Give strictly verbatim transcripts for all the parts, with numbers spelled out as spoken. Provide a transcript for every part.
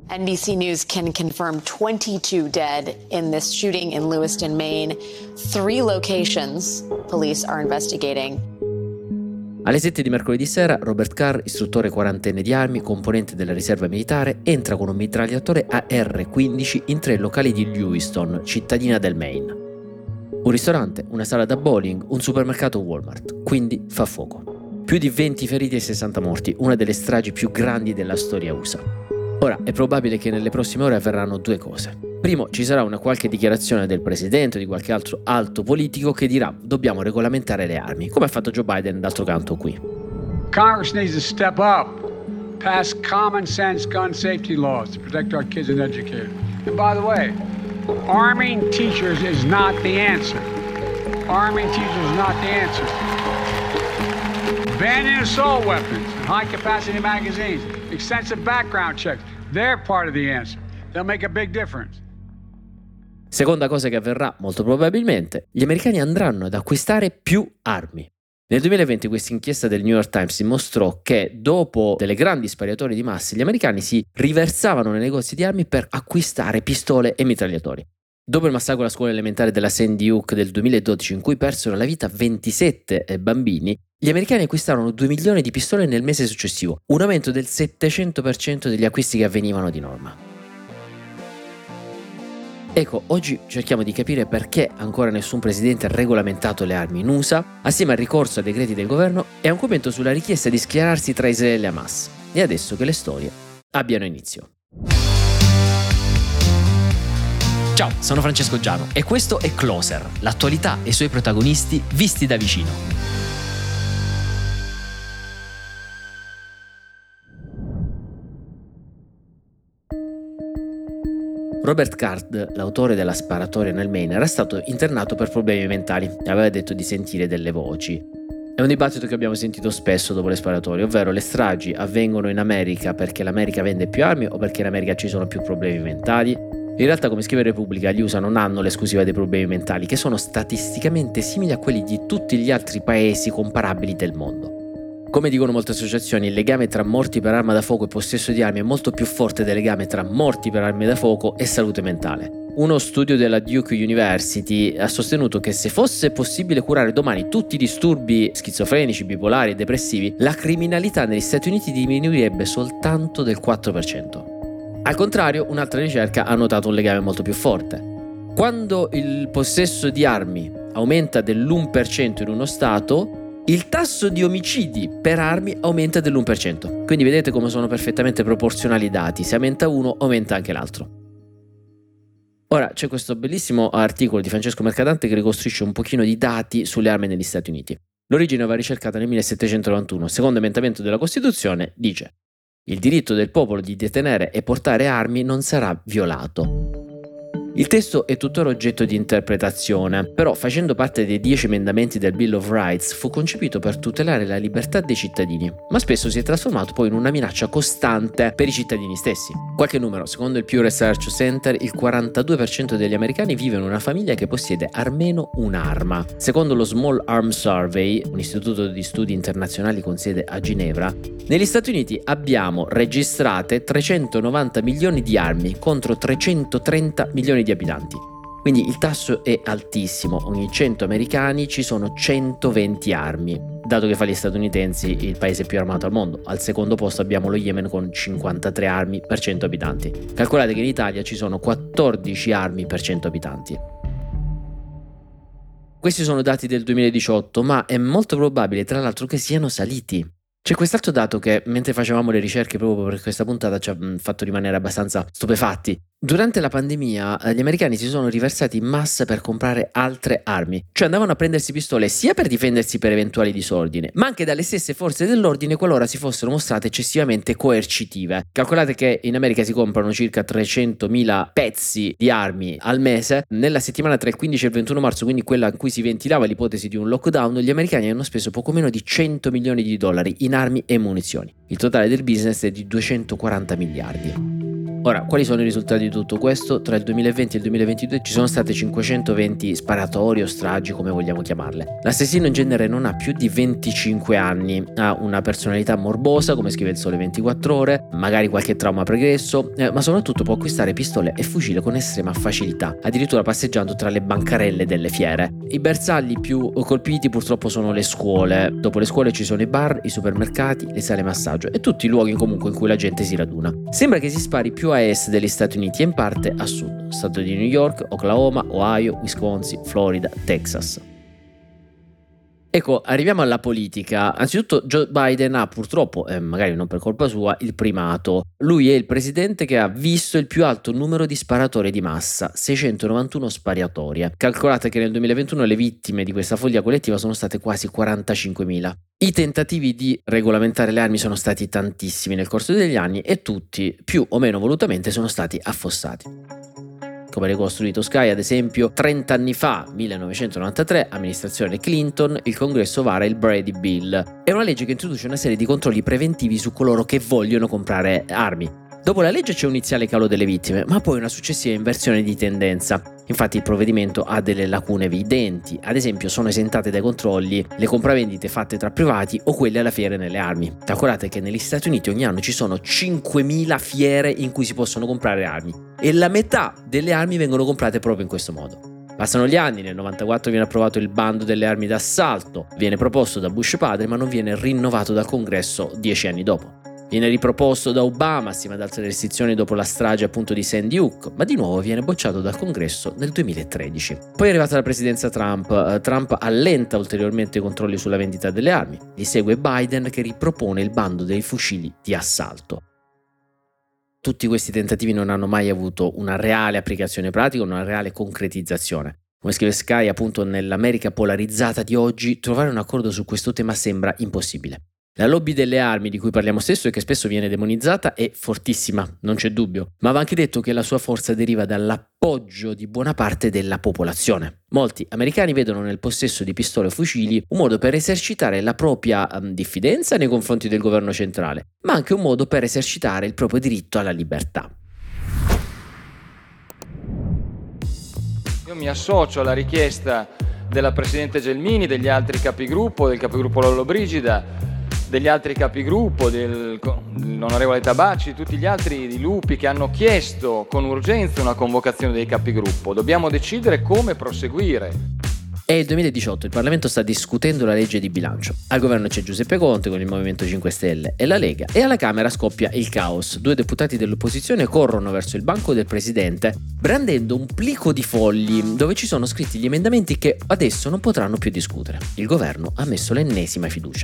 N B C News can confirm twenty-two dead in this shooting in Lewiston, Maine. Three locations police are investigating. Alle sette di mercoledì sera, Robert Carr, istruttore quarantenne di armi, componente della riserva militare, entra con un mitragliatore A R quindici in tre locali di Lewiston, cittadina del Maine. Un ristorante, una sala da bowling, un supermercato Walmart, quindi fa fuoco. Più di venti feriti e sessanta morti, una delle stragi più grandi della storia U S A. Ora, è probabile che nelle prossime ore avverranno due cose. Primo, ci sarà una qualche dichiarazione del presidente o di qualche altro alto politico che dirà dobbiamo regolamentare le armi, come ha fatto Joe Biden d'altro canto qui. Congress needs to step up, pass common sense gun safety laws to protect our kids and educate them. And by the way, arming teachers is not the answer. Arming teachers is not the answer. Banning assault weapons and high-capacity magazines, extensive background checks, they're part of the answer. They'll make a big difference. Seconda cosa che avverrà, molto probabilmente, gli americani andranno ad acquistare più armi. Nel duemilaventi questa inchiesta del New York Times dimostrò che dopo delle grandi spariatorie di massa gli americani si riversavano nei negozi di armi per acquistare pistole e mitragliatori. Dopo il massacro alla scuola elementare della Sandy Hook del duemiladodici in cui persero la vita ventisette bambini, gli americani acquistarono due milioni di pistole nel mese successivo, un aumento del settecento per cento degli acquisti che avvenivano di norma. Ecco, oggi cerchiamo di capire perché ancora nessun presidente ha regolamentato le armi in U S A, assieme al ricorso a decreti del governo e a un commento sulla richiesta di schierarsi tra Israele e Hamas. E adesso che le storie abbiano inizio. Ciao, sono Francesco Giano e questo è Closer, l'attualità e i suoi protagonisti visti da vicino. Robert Card, l'autore della sparatoria nel Maine, era stato internato per problemi mentali e aveva detto di sentire delle voci. È un dibattito che abbiamo sentito spesso dopo le sparatorie, ovvero le stragi avvengono in America perché l'America vende più armi o perché in America ci sono più problemi mentali. In realtà, come scrive Repubblica, gli U S A non hanno l'esclusiva dei problemi mentali, che sono statisticamente simili a quelli di tutti gli altri paesi comparabili del mondo. Come dicono molte associazioni, il legame tra morti per arma da fuoco e possesso di armi è molto più forte del legame tra morti per armi da fuoco e salute mentale. Uno studio della Duke University ha sostenuto che se fosse possibile curare domani tutti i disturbi schizofrenici, bipolari e depressivi, la criminalità negli Stati Uniti diminuirebbe soltanto del quattro per cento. Al contrario, un'altra ricerca ha notato un legame molto più forte. Quando il possesso di armi aumenta dell'uno per cento in uno stato, il tasso di omicidi per armi aumenta dell'uno per cento. Quindi vedete come sono perfettamente proporzionali i dati. Se aumenta uno, aumenta anche l'altro. Ora c'è questo bellissimo articolo di Francesco Mercadante che ricostruisce un pochino di dati sulle armi negli Stati Uniti. L'origine va ricercata nel millesettecentonovantuno. Il secondo emendamento della Costituzione dice: il diritto del popolo di detenere e portare armi non sarà violato. Il testo è tuttora oggetto di interpretazione, però facendo parte dei dieci emendamenti del Bill of Rights fu concepito per tutelare la libertà dei cittadini, ma spesso si è trasformato poi in una minaccia costante per i cittadini stessi. Qualche numero: secondo il Pew Research Center il quarantadue per cento degli americani vive in una famiglia che possiede almeno un'arma. Secondo lo Small Arms Survey, un istituto di studi internazionali con sede a Ginevra, negli Stati Uniti abbiamo registrate trecentonovanta milioni di armi contro trecentotrenta milioni di abitanti. Quindi il tasso è altissimo, ogni cento americani ci sono centoventi armi, dato che fa gli statunitensi il paese più armato al mondo. Al secondo posto abbiamo lo Yemen con cinquantatré armi per cento abitanti. Calcolate che in Italia ci sono quattordici armi per cento abitanti. Questi sono dati del duemiladiciotto, ma è molto probabile tra l'altro che siano saliti. C'è quest'altro dato che, mentre facevamo le ricerche proprio per questa puntata, ci ha fatto rimanere abbastanza stupefatti. Durante la pandemia gli americani si sono riversati in massa per comprare altre armi, cioè andavano a prendersi pistole sia per difendersi per eventuali disordine, ma anche dalle stesse forze dell'ordine qualora si fossero mostrate eccessivamente coercitive. Calcolate che in America si comprano circa trecentomila pezzi di armi al mese. Nella settimana tra il quindici e il ventuno marzo, quindi quella in cui si ventilava l'ipotesi di un lockdown, gli americani hanno speso poco meno di cento milioni di dollari in armi e munizioni. Il totale del business è di duecentoquaranta miliardi. Ora, quali sono i risultati di tutto questo? Tra il duemilaventi e il duemilaventidue ci sono state cinquecentoventi sparatori o stragi, come vogliamo chiamarle. L'assassino in genere non ha più di venticinque anni, ha una personalità morbosa, come scrive il Sole ventiquattro Ore, magari qualche trauma pregresso, eh, ma soprattutto può acquistare pistole e fucile con estrema facilità, addirittura passeggiando tra le bancarelle delle fiere. I bersagli più colpiti purtroppo sono le scuole. Dopo le scuole ci sono i bar, i supermercati, le sale massaggio e tutti i luoghi comunque in cui la gente si raduna. Sembra che si spari più a est degli Stati Uniti e in parte a sud, stato di New York, Oklahoma, Ohio, Wisconsin, Florida, Texas. Ecco, arriviamo alla politica. Anzitutto Joe Biden ha purtroppo, eh, magari non per colpa sua, il primato. Lui è il presidente che ha visto il più alto numero di sparatori di massa, seicentonovantuno sparatorie. Calcolate che nel duemilaventuno le vittime di questa follia collettiva sono state quasi quarantacinquemila. I tentativi di regolamentare le armi sono stati tantissimi nel corso degli anni e tutti, più o meno volutamente, sono stati affossati. Come ricostruito Sky, ad esempio, trenta anni fa, millenovecentonovantatré, amministrazione Clinton, il Congresso vara il Brady Bill. È una legge che introduce una serie di controlli preventivi su coloro che vogliono comprare armi. Dopo la legge c'è un iniziale calo delle vittime, ma poi una successiva inversione di tendenza. Infatti il provvedimento ha delle lacune evidenti, ad esempio sono esentate dai controlli le compravendite fatte tra privati o quelle alla fiere nelle armi. Calcolate che negli Stati Uniti ogni anno ci sono cinquemila fiere in cui si possono comprare armi e la metà delle armi vengono comprate proprio in questo modo. Passano gli anni, nel novantaquattro viene approvato il bando delle armi d'assalto, viene proposto da Bush padre ma non viene rinnovato dal Congresso dieci anni dopo. Viene riproposto da Obama assieme ad altre restrizioni dopo la strage appunto di Sandy Hook, ma di nuovo viene bocciato dal Congresso nel duemilatredici. Poi è arrivata la presidenza Trump. Trump allenta ulteriormente i controlli sulla vendita delle armi. Gli segue Biden che ripropone il bando dei fucili di assalto. Tutti questi tentativi non hanno mai avuto una reale applicazione pratica, una reale concretizzazione. Come scrive Sky, appunto, nell'America polarizzata di oggi, trovare un accordo su questo tema sembra impossibile. La lobby delle armi di cui parliamo stesso e che spesso viene demonizzata è fortissima, non c'è dubbio, ma va anche detto che la sua forza deriva dall'appoggio di buona parte della popolazione. Molti americani vedono nel possesso di pistole o fucili un modo per esercitare la propria um, diffidenza nei confronti del governo centrale, ma anche un modo per esercitare il proprio diritto alla libertà. Io mi associo alla richiesta della Presidente Gelmini, degli altri capigruppo, del capigruppo Lollobrigida, degli altri capigruppo, del, dell'onorevole Tabacci, tutti gli altri di Lupi che hanno chiesto con urgenza una convocazione dei capigruppo. Dobbiamo decidere come proseguire. È il duemiladiciotto, il Parlamento sta discutendo la legge di bilancio. Al governo c'è Giuseppe Conte con il Movimento cinque Stelle e la Lega e alla Camera scoppia il caos. Due deputati dell'opposizione corrono verso il banco del Presidente brandendo un plico di fogli dove ci sono scritti gli emendamenti che adesso non potranno più discutere. Il governo ha messo l'ennesima fiducia.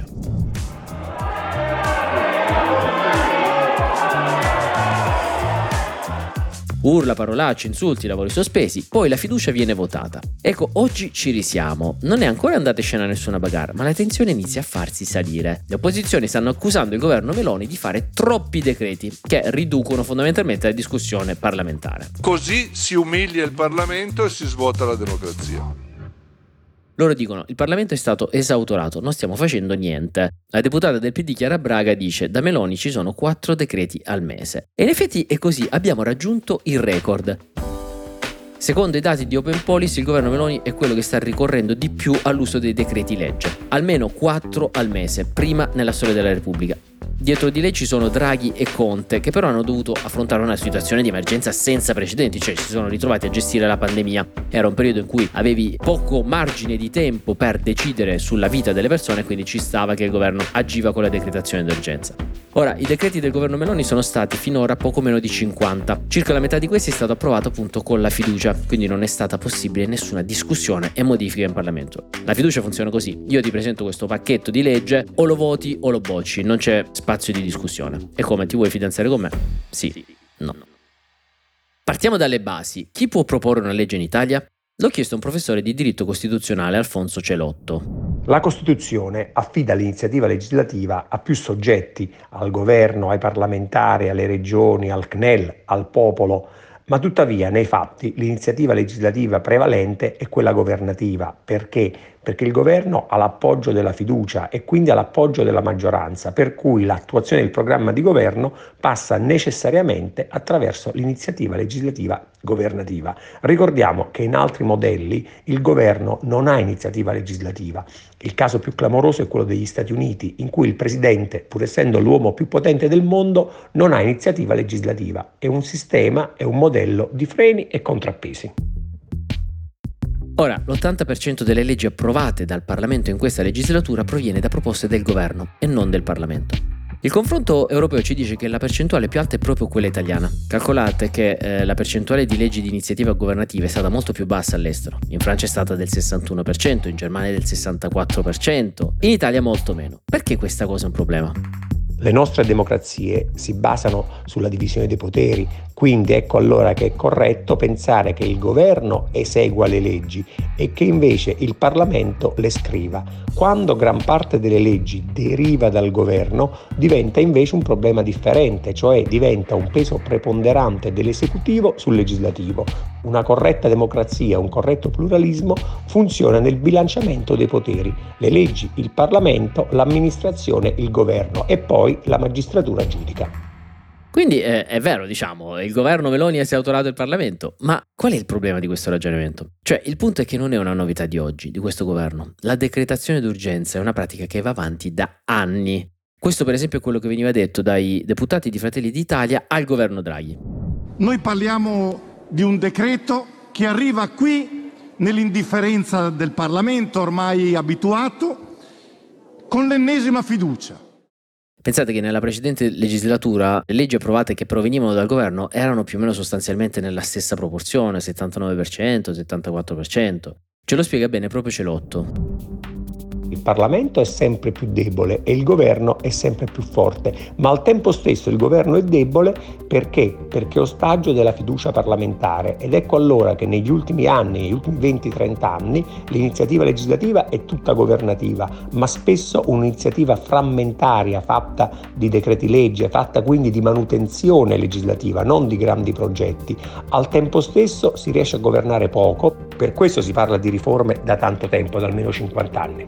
Urla, parolacce, insulti, lavori sospesi, poi la fiducia viene votata. Ecco, oggi ci risiamo. Non è ancora andata in scena nessuna bagarre, ma la tensione inizia a farsi salire. Le opposizioni stanno accusando il governo Meloni di fare troppi decreti, che riducono fondamentalmente la discussione parlamentare. Così si umilia il Parlamento e si svuota la democrazia. Loro dicono: il Parlamento è stato esautorato, non stiamo facendo niente. La deputata del P D Chiara Braga dice: da Meloni ci sono quattro decreti al mese. E in effetti è così, abbiamo raggiunto il record. Secondo i dati di Open Policy, il governo Meloni è quello che sta ricorrendo di più all'uso dei decreti legge. Almeno quattro al mese, prima nella storia della Repubblica. Dietro di lei ci sono Draghi e Conte, che però hanno dovuto affrontare una situazione di emergenza senza precedenti, cioè si sono ritrovati a gestire la pandemia. Era un periodo in cui avevi poco margine di tempo per decidere sulla vita delle persone, quindi ci stava che il governo agiva con la decretazione d'urgenza. Ora, i decreti del governo Meloni sono stati finora poco meno di cinquanta. Circa la metà di questi è stato approvato appunto con la fiducia, quindi non è stata possibile nessuna discussione e modifica in Parlamento. La fiducia funziona così: io ti presento questo pacchetto di legge, o lo voti o lo bocci, non c'è spazio di discussione. E come, ti vuoi fidanzare con me? Sì, no. Partiamo dalle basi. Chi può proporre una legge in Italia? L'ho chiesto a un professore di diritto costituzionale, Alfonso Celotto. La Costituzione affida l'iniziativa legislativa a più soggetti, al governo, ai parlamentari, alle regioni, al C N E L, al popolo, ma tuttavia nei fatti l'iniziativa legislativa prevalente è quella governativa, perché perché il governo ha l'appoggio della fiducia e quindi ha l'appoggio della maggioranza, per cui l'attuazione del programma di governo passa necessariamente attraverso l'iniziativa legislativa governativa. Ricordiamo che in altri modelli il governo non ha iniziativa legislativa. Il caso più clamoroso è quello degli Stati Uniti, in cui il presidente, pur essendo l'uomo più potente del mondo, non ha iniziativa legislativa. È un sistema, è un modello di freni e contrappesi. Ora, l'ottanta per cento delle leggi approvate dal Parlamento in questa legislatura proviene da proposte del governo e non del Parlamento. Il confronto europeo ci dice che la percentuale più alta è proprio quella italiana. Calcolate che eh, la percentuale di leggi di iniziativa governativa è stata molto più bassa all'estero. In Francia è stata del sessantuno per cento, in Germania del sessantaquattro per cento, in Italia molto meno. Perché questa cosa è un problema? Le nostre democrazie si basano sulla divisione dei poteri, quindi ecco allora che è corretto pensare che il governo esegua le leggi e che invece il Parlamento le scriva. Quando gran parte delle leggi deriva dal governo, diventa invece un problema differente, cioè diventa un peso preponderante dell'esecutivo sul legislativo. Una corretta democrazia, un corretto pluralismo funziona nel bilanciamento dei poteri, le leggi, il Parlamento, l'amministrazione, il governo e poi la magistratura giudica. Quindi eh, è vero, diciamo, il governo Meloni ha esautorato il Parlamento, ma qual è il problema di questo ragionamento? Cioè, il punto è che non è una novità di oggi, di questo governo. La decretazione d'urgenza è una pratica che va avanti da anni. Questo per esempio è quello che veniva detto dai deputati di Fratelli d'Italia al governo Draghi. Noi parliamo di un decreto che arriva qui nell'indifferenza del Parlamento ormai abituato, con l'ennesima fiducia. Pensate che nella precedente legislatura le leggi approvate che provenivano dal governo erano più o meno sostanzialmente nella stessa proporzione, settantanove per cento, settantaquattro per cento. Ce lo spiega bene proprio Celotto. Il Parlamento è sempre più debole e il governo è sempre più forte, ma al tempo stesso il governo è debole perché? Perché è ostaggio della fiducia parlamentare ed ecco allora che negli ultimi anni, negli ultimi venti trenta anni, l'iniziativa legislativa è tutta governativa, ma spesso un'iniziativa frammentaria fatta di decreti legge, fatta quindi di manutenzione legislativa, non di grandi progetti. Al tempo stesso si riesce a governare poco, per questo si parla di riforme da tanto tempo, da almeno cinquanta anni.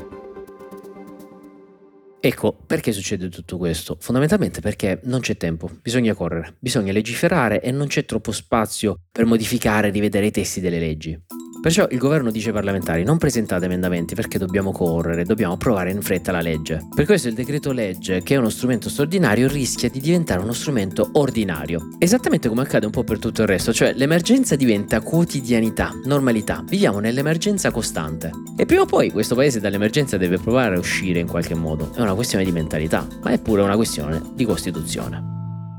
Ecco, perché succede tutto questo? Fondamentalmente perché non c'è tempo, bisogna correre, bisogna legiferare e non c'è troppo spazio per modificare e rivedere i testi delle leggi. Perciò il governo dice ai parlamentari: non presentate emendamenti perché dobbiamo correre, dobbiamo approvare in fretta la legge. Per questo il decreto legge, che è uno strumento straordinario, rischia di diventare uno strumento ordinario. Esattamente come accade un po' per tutto il resto, cioè l'emergenza diventa quotidianità, normalità. Viviamo nell'emergenza costante. E prima o poi questo paese dall'emergenza deve provare a uscire in qualche modo. È una questione di mentalità, ma è pure una questione di Costituzione.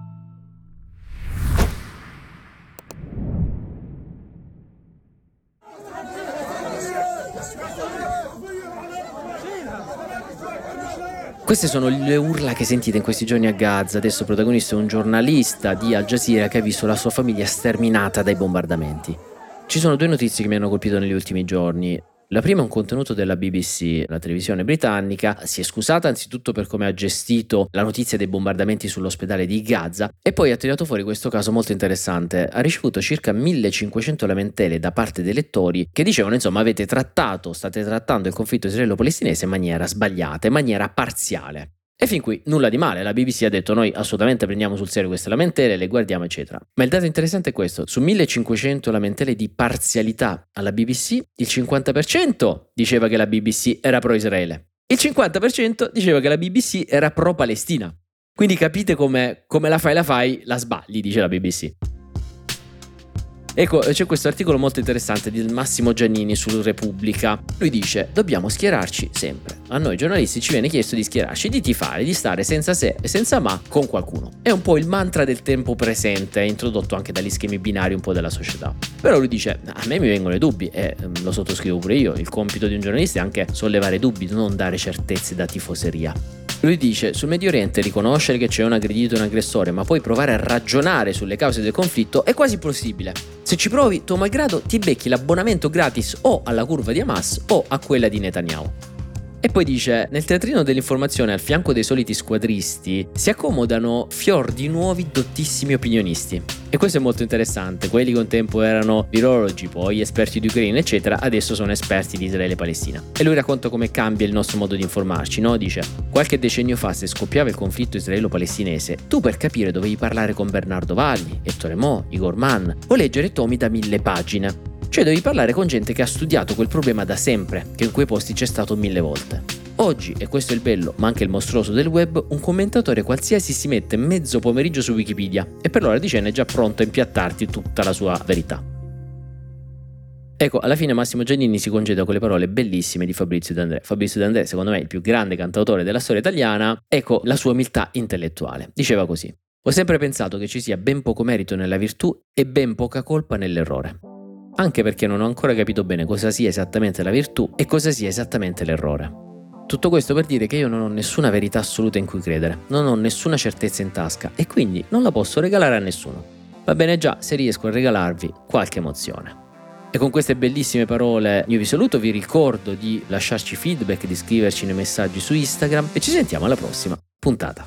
Queste sono le urla che sentite in questi giorni a Gaza. Adesso protagonista è un giornalista di Al Jazeera che ha visto la sua famiglia sterminata dai bombardamenti. Ci sono due notizie che mi hanno colpito negli ultimi giorni. La prima è un contenuto della B B C, la televisione britannica. Si è scusata anzitutto per come ha gestito la notizia dei bombardamenti sull'ospedale di Gaza e poi ha tirato fuori questo caso molto interessante. Ha ricevuto circa millecinquecento lamentele da parte dei lettori che dicevano: insomma, avete trattato, state trattando il conflitto israelo-palestinese in maniera sbagliata, in maniera parziale. E fin qui nulla di male, la B B C ha detto: noi assolutamente prendiamo sul serio queste lamentele, le guardiamo eccetera. Ma il dato interessante è questo: su millecinquecento lamentele di parzialità alla B B C, il cinquanta per cento diceva che la B B C era pro-Israele, il cinquanta per cento diceva che la B B C era pro-Palestina. Quindi capite come, come la fai la fai, la sbagli, dice la B B C. Ecco, c'è questo articolo molto interessante di Massimo Giannini su Repubblica. Lui dice: dobbiamo schierarci sempre. A noi giornalisti ci viene chiesto di schierarci, di tifare, di stare senza se e senza ma con qualcuno. È un po' il mantra del tempo presente, introdotto anche dagli schemi binari un po' della società. Però lui dice: a me mi vengono i dubbi e lo sottoscrivo pure io. Il compito di un giornalista è anche sollevare dubbi, non dare certezze da tifoseria. Lui dice: sul Medio Oriente riconoscere che c'è un aggredito e un aggressore, ma poi provare a ragionare sulle cause del conflitto è quasi impossibile. Se ci provi, tuo malgrado ti becchi l'abbonamento gratis o alla curva di Hamas o a quella di Netanyahu. E poi dice: nel teatrino dell'informazione al fianco dei soliti squadristi si accomodano fior di nuovi dottissimi opinionisti. E questo è molto interessante. Quelli che un tempo erano virologi, poi esperti di Ucraina eccetera, adesso sono esperti di Israele e Palestina. E lui racconta come cambia il nostro modo di informarci, no? Dice: qualche decennio fa, se scoppiava il conflitto israelo-palestinese, tu per capire dovevi parlare con Bernardo Valli, Ettore Mo, Igor Mann o leggere tomi da mille pagine. Cioè devi parlare con gente che ha studiato quel problema da sempre, che in quei posti c'è stato mille volte. Oggi, e questo è il bello, ma anche il mostruoso del web, un commentatore qualsiasi si mette mezzo pomeriggio su Wikipedia e per l'ora di cena è già pronto a impiattarti tutta la sua verità. Ecco, alla fine Massimo Giannini si congeda con le parole bellissime di Fabrizio De André. Fabrizio De André, secondo me, il più grande cantautore della storia italiana. Ecco la sua umiltà intellettuale. Diceva così: ho sempre pensato che ci sia ben poco merito nella virtù e ben poca colpa nell'errore. Anche perché non ho ancora capito bene cosa sia esattamente la virtù e cosa sia esattamente l'errore. Tutto questo per dire che io non ho nessuna verità assoluta in cui credere, non ho nessuna certezza in tasca e quindi non la posso regalare a nessuno. Va bene già se riesco a regalarvi qualche emozione. E con queste bellissime parole io vi saluto, vi ricordo di lasciarci feedback, di scriverci nei messaggi su Instagram e ci sentiamo alla prossima puntata.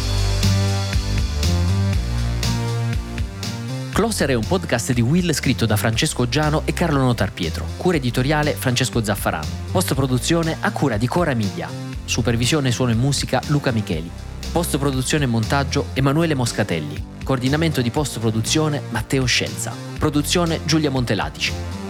Closer è un podcast di Will scritto da Francesco Giano e Carlo Notarpietro, cura editoriale Francesco Zaffarano, post-produzione a cura di Cora Miglia, supervisione suono e musica Luca Micheli, post-produzione e montaggio Emanuele Moscatelli, coordinamento di post-produzione Matteo Scelza, produzione Giulia Montelatici.